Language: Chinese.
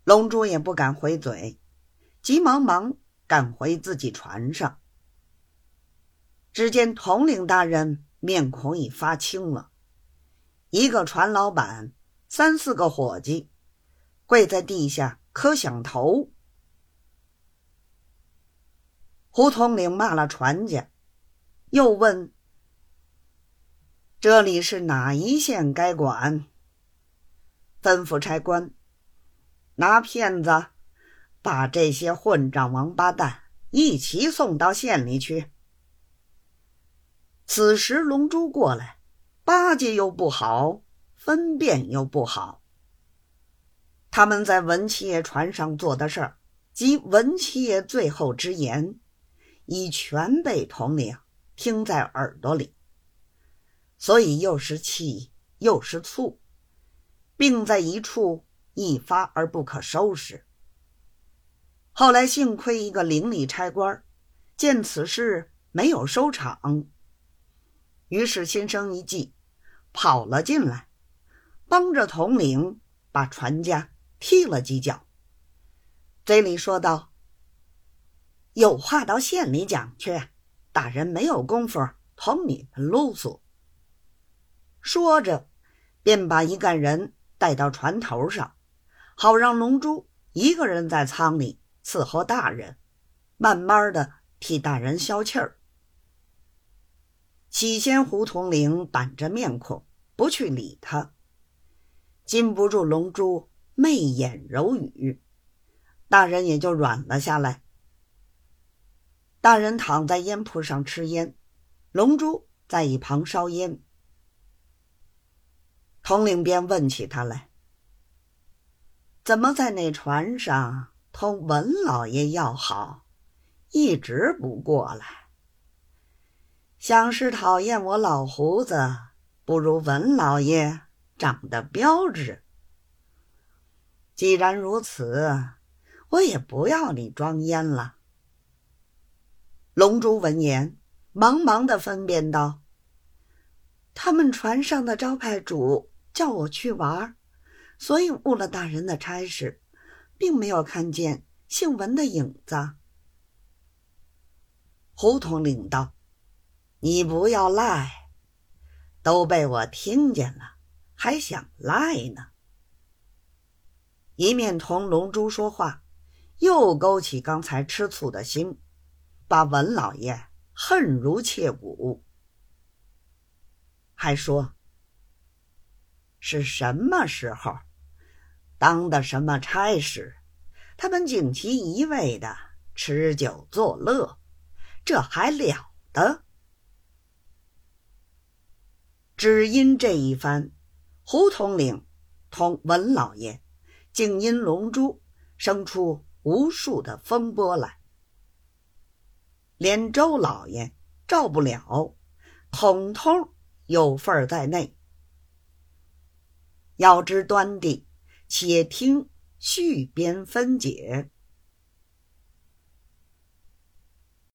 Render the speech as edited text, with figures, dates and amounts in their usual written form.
龙珠也不敢回嘴，急忙忙赶回自己船上。只见统领大人面孔已发青了，一个船老板3、4个伙计跪在地下磕响头。胡统领骂了船家，又问这里是哪一县该管，吩咐差官拿片子把这些混账王八蛋一起送到县里去。此时龙珠过来，巴结又不好，分辨又不好。他们在文七爷船上做的事儿，及文七爷最后之言，已全被统领听在耳朵里，所以又是气又是醋，并在一处，一发而不可收拾。后来幸亏一个邻里差官见此事没有收场，于是心生一计，跑了进来，帮着统领把船家踢了几脚，嘴里说道：有话到县里讲去，大人没有功夫同你们啰嗦。说着便把一干人带到船头上，好让龙珠一个人在舱里伺候大人，慢慢的替大人消气儿。起先胡统领板着面孔不去理他，禁不住龙珠媚眼柔语，大人也就软了下来。大人躺在烟铺上吃烟，龙珠在一旁烧烟。统领便问起他来：怎么在那船上同文老爷要好，一直不过来？想是讨厌我老胡子不如文老爷长得标致。既然如此，我也不要你装烟了。龙珠闻言忙忙地分辨道：他们船上的招牌主叫我去玩，所以误了大人的差事，并没有看见姓文的影子。胡统领道：你不要赖，都被我听见了，还想赖呢。一面同龙珠说话，又勾起刚才吃醋的心，把文老爷恨如切骨。还说是什么时候当的什么差事，他们竟其一味的吃酒作乐，这还了得？只因这一番，胡统领同文老爷竟因龙珠生出无数的风波来，连周老爷照不了，统统有份在内。要知端地，且听续编分解。